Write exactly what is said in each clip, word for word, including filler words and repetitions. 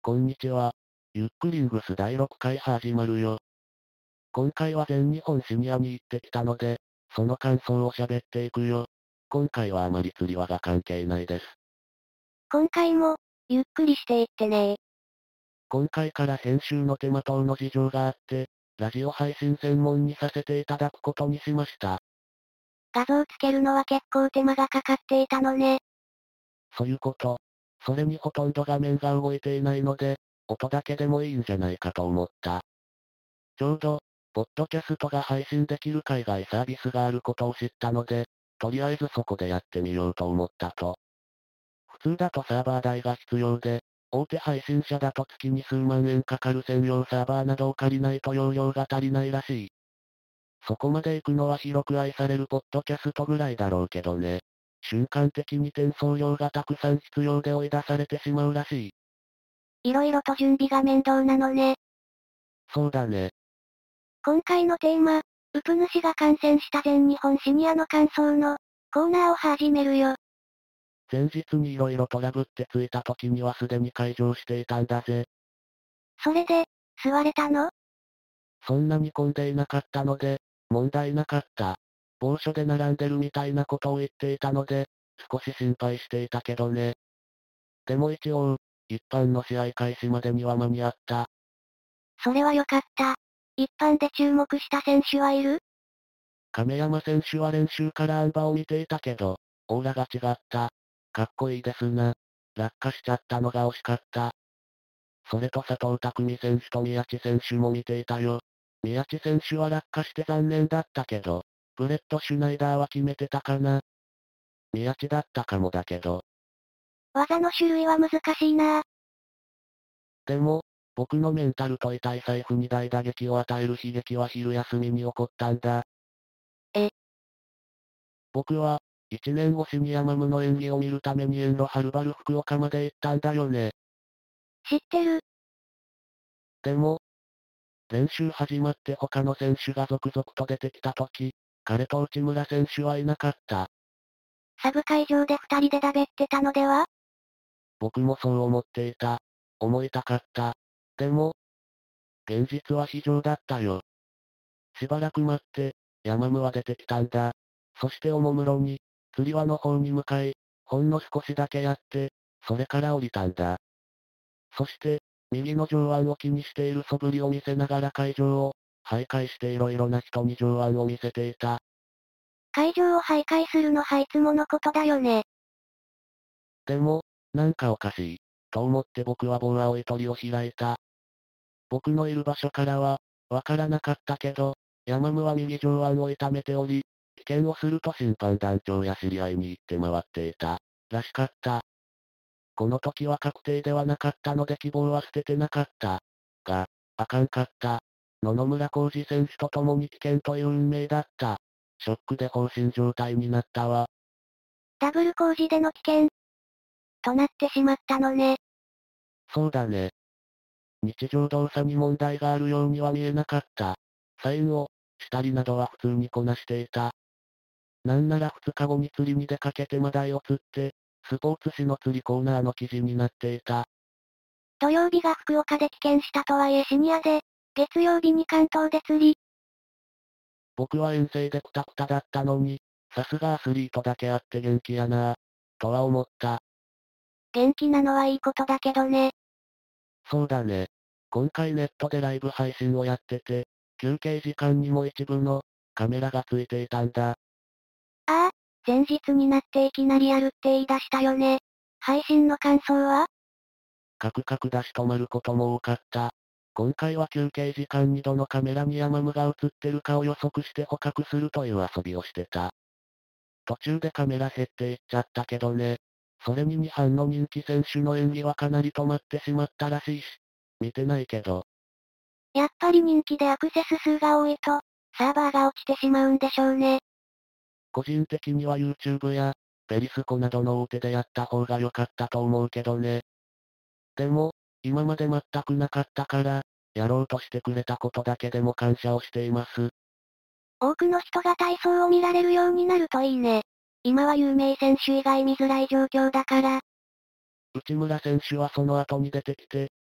こんにちは。ゆっくりングスだいろっかい始まるよ。今回は全日本シニアに行ってきたので、その感想を喋っていくよ。今回はあまり釣り輪が関係ないです。 今回も、ゆっくりしていってね。 今回から編集の手間等の事情があって、ラジオ配信専門にさせていただくことにしました。 画像つけるのは結構手間がかかっていたのね。 そういうこと。それにほとんど画面が動いていないので、音だけでもいいんじゃないかと思った。ちょうど、ポッドキャストが配信できる海外サービスがあることを知ったので、とりあえずそこでやってみようと思ったと。普通だとサーバー代が必要で、大手配信者だと月に数万円かかる専用サーバーなどを借りないと容量が足りないらしい。そこまで行くのは広く愛されるポッドキャストぐらいだろうけどね。瞬間的に転送量がたくさん必要で追い出されてしまうらしい。 いろいろと準備が面倒なのね。 そうだね。 今回のテーマ、ウプ主が観戦した全日本シニアの感想のコーナーを始めるよ。 前日に色々トラブって着いた時にはすでに開場していたんだぜ。 それで、座れたの？ そんなに混んでいなかったので、問題なかった。某所で並んでるみたいなことを言っていたので、少し心配していたけどね。でも一応、一般の試合開始までには間に合った。 それは良かった。一般で注目した選手はいる？ 亀山選手は練習からあん馬を見ていたけど、オーラが違った。かっこいいですな。落下しちゃったのが惜しかった。それと佐藤匠選手と宮地選手も見ていたよ。宮地選手は落下して残念だったけど、ブレット・シュナイダーは決めてたかな。宮地だったかもだけど。 技の種類は難しいな。 でも、僕のメンタルと痛い財布に大打撃を与える悲劇は昼休みに起こったんだ。 え。 僕は、一年越しにヤマムの演技を見るために遠路はるばる福岡まで行ったんだよね。 知ってる。 でも、練習始まって他の選手が続々と出てきた時、彼と内村選手はいなかった。 サブ会場で二人でだべってたのでは？ 僕もそう思っていた。思いたかった。でも、現実は非常だったよ。しばらく待って、ヤマムは出てきたんだ。そしておもむろに、釣り輪の方に向かい、ほんの少しだけやって、それから降りたんだ。そして、右の上腕を気にしている素振りを見せながら会場を、徘徊していろいろな人に上腕を見せていた。 会場を徘徊するのはいつものことだよね。 でも、なんかおかしい。と思って僕は棒青い鳥を開いた。僕のいる場所からは、わからなかったけど、ヤマムは右上腕を痛めており、危険をすると審判団長や知り合いに言って回っていた。らしかった。この時は確定ではなかったので希望は捨ててなかった。が、あかんかった。野々村浩二選手と共に危険という運命だった。ショックで放心状態になったわ。 ダブル工事での危険。となってしまったのね。 そうだね。日常動作に問題があるようには見えなかった。サインを、したりなどは普通にこなしていた。なんならふつかごに釣りに出かけてマダイを釣って、スポーツ紙の釣りコーナーの記事になっていた。 土曜日が福岡で棄権したとはいえシニアで、月曜日に関東で釣り。 僕は遠征でクタクタだったのに、さすがアスリートだけあって元気やなぁ、とは思った。 元気なのはいいことだけどね。 そうだね。今回ネットでライブ配信をやってて、休憩時間にも一部のカメラがついていたんだ。 ああ、前日になっていきなりやるって言い出したよね。配信の感想は？ カクカク出し止まることも多かった。今回は休憩時間にどのカメラにヤマムが映ってるかを予測して捕獲するという遊びをしてた。途中でカメラ減っていっちゃったけどね。それにに班の人気選手の演技はかなり止まってしまったらしいし。見てないけど。 やっぱり人気でアクセス数が多いと、サーバーが落ちてしまうんでしょうね。 個人的には YouTube や、ペリスコなどの大手でやった方が良かったと思うけどね。でも、今まで全くなかったから、やろうとしてくれたことだけでも感謝をしています。 多くの人が体操を見られるようになるといいね。今は有名選手以外見づらい状況だから。 内村選手はその後に出てきて、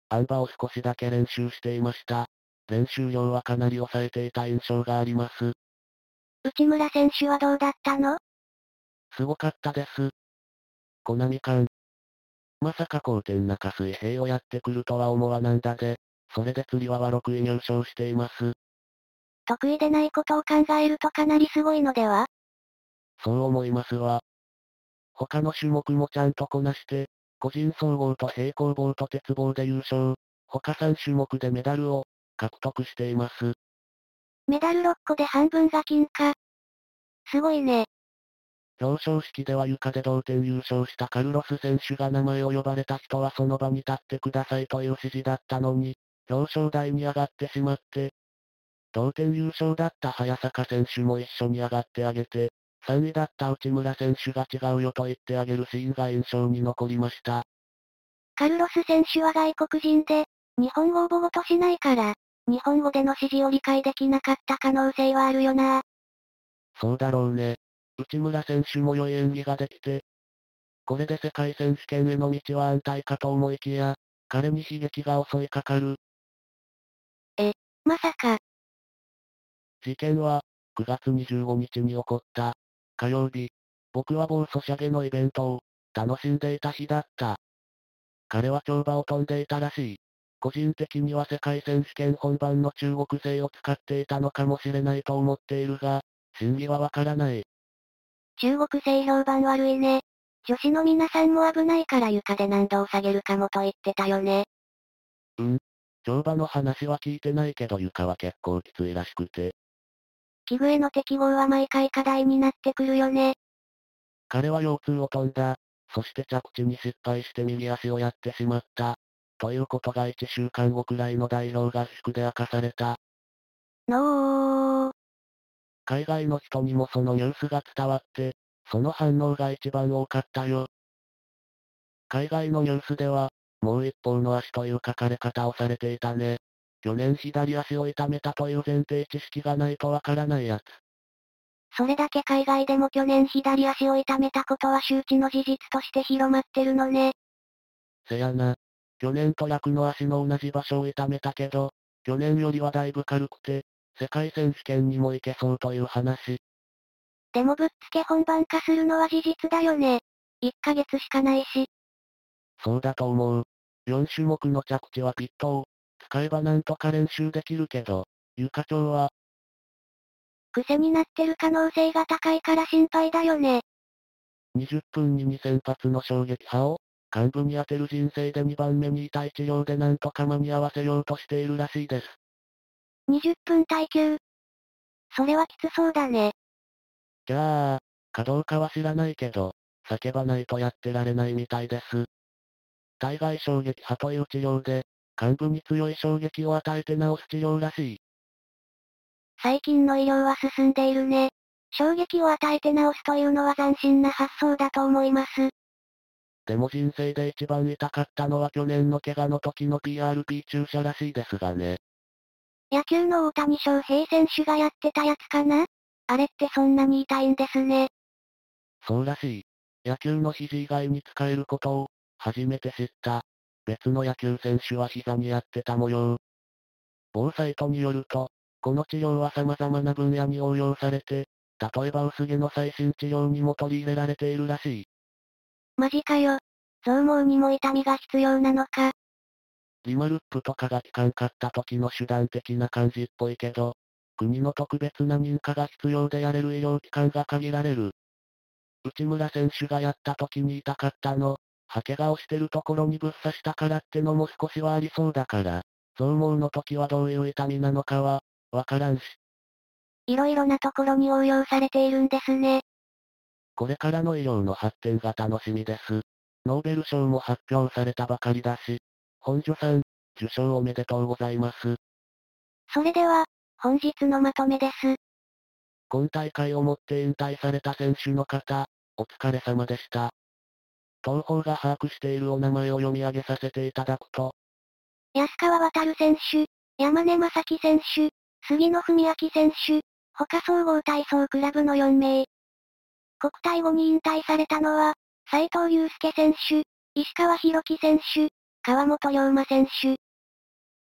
あん馬を少しだけ練習していました。練習量はかなり抑えていた印象があります。 内村選手はどうだったの？ すごかったです。コナミ館。まさか後天中水平をやってくるとは思わなんだで、それで釣り輪はろくい入賞しています。 得意でないことを考えるとかなりすごいのでは？ そう思いますわ。他の種目もちゃんとこなして、個人総合と平行棒と鉄棒で優勝、他さん種目でメダルを獲得しています。 メダルろっこで半分が金か。すごいね。 表彰式では床で同点優勝したカルロス選手が名前を呼ばれた人はその場に立ってくださいという指示だったのに、表彰台に上がってしまって、同点優勝だった早坂選手も一緒に上がってあげて、さんいだった内村選手が違うよと言ってあげるシーンが印象に残りました。 カルロス選手は外国人で、日本語を母語としないから、日本語での指示を理解できなかった可能性はあるよな。 そうだろうね。内村選手も良い演技ができて、これで世界選手権への道は安泰かと思いきや、彼に悲劇が襲いかかる。 え、まさか。 事件は、くがつにじゅうごにちに起こった。火曜日、僕は某ソシャゲのイベントを、楽しんでいた日だった。彼は跳馬を飛んでいたらしい。個人的には世界選手権本番の中国製を使っていたのかもしれないと思っているが、真偽はわからない。 中国製評判悪いね。女子の皆さんも危ないから床で難度を下げるかもと言ってたよね。 うん。跳馬の話は聞いてないけど床は結構きついらしくて。 器具への適合は毎回課題になってくるよね。 彼は腰痛を飛んだ。そして着地に失敗して右足をやってしまった。ということがいっしゅうかんごくらいの代表合宿で明かされた。 のー。 海外の人にもそのニュースが伝わって、その反応が一番多かったよ。海外のニュースでは、もう一方の足という書かれ方をされていたね。去年左足を痛めたという前提知識がないとわからないやつ。 それだけ海外でも去年左足を痛めたことは周知の事実として広まってるのね。 せやな。去年と逆の足の同じ場所を痛めたけど、去年よりはだいぶ軽くて、世界選手権にも行けそうという話。 でもぶっつけ本番化するのは事実だよね。いっかげつしかないし。 そうだと思う。よん種目の着地はピットを使えばなんとか練習できるけど、床長は、 癖になってる可能性が高いから心配だよね。 にじゅっぷんににせん発の衝撃波を、患部に当てる人生でにばんめに痛い治療でなんとか間に合わせようとしているらしいです。 にじゅっぷん耐久。それはきつそうだね。 じゃあ、かどうかは知らないけど、叫ばないとやってられないみたいです。体外衝撃波という治療で、患部に強い衝撃を与えて治す治療らしい。 最近の医療は進んでいるね。衝撃を与えて治すというのは斬新な発想だと思います。 でも人生で一番痛かったのは去年の怪我の時の ピーアールピー 注射らしいですがね。 野球の大谷翔平選手がやってたやつかな？あれってそんなに痛いんですね。 そうらしい。野球の肘以外に使えることを、初めて知った。別の野球選手は膝にやってた模様。某サイトによると、この治療は様々な分野に応用されて、例えば薄毛の最新治療にも取り入れられているらしい。 マジかよ。増毛にも痛みが必要なのか。 リマルップとかが効かんかった時の手段的な感じっぽいけど、国の特別な認可が必要でやれる医療機関が限られる。内村選手がやった時に痛かったの、ハケが押してるところにぶっ刺したからってのも少しはありそうだから、増毛の時はどういう痛みなのかは、わからんし。 いろいろなところに応用されているんですね。 これからの医療の発展が楽しみです。ノーベル賞も発表されたばかりだし、本庶さん、受賞おめでとうございます。 それでは、本日のまとめです。 今大会をもって引退された選手の方、お疲れ様でした。東方が把握しているお名前を読み上げさせていただくと、 安川航選手、山根正樹選手、杉野文明選手、他総合体操クラブのよんめい。国体後に引退されたのは、斉藤祐介選手、石川博樹選手、川本龍馬選手、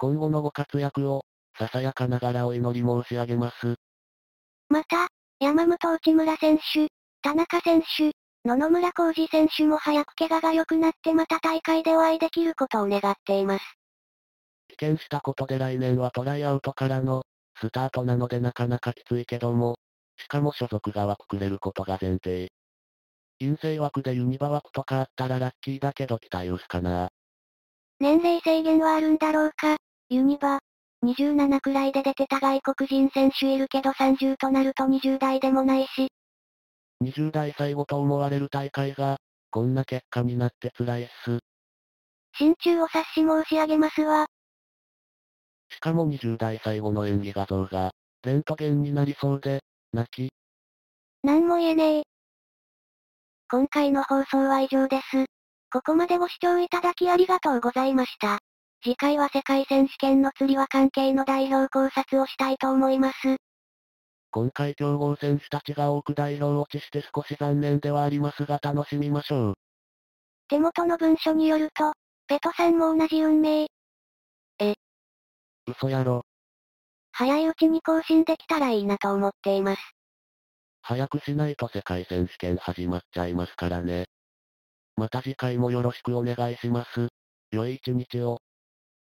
今後のご活躍を、ささやかながらお祈り申し上げます。 また、山本内村選手、田中選手、野々村浩二選手も早く怪我が良くなってまた大会でお会いできることを願っています。 棄権したことで来年はトライアウトからの、スタートなのでなかなかきついけども、しかも所属が枠くれることが前提。陰性枠でユニバ枠とかあったらラッキーだけど期待薄かな。 年齢制限はあるんだろうか、ユニバ。にじゅうななくらいで出てた外国人選手いるけどさんじゅうとなるとにじゅう代でもないし。 にじゅう代最後と思われる大会が、こんな結果になって辛いっす。 心中お察し申し上げますわ。 しかもにじゅう代最後の演技画像が、レントゲンになりそうで、泣き。 なんも言えねえ。今回の放送は以上です。ここまでご視聴いただきありがとうございました。次回は世界選手権の釣り輪関係の代表考察をしたいと思います。 今回強豪選手たちが多く代表落ちして少し残念ではありますが楽しみましょう。 手元の文書によると、ペトさんも同じ運命。え、 嘘やろ。 早いうちに更新できたらいいなと思っています。 早くしないと世界選手権始まっちゃいますからね。また次回もよろしくお願いします。良い一日を。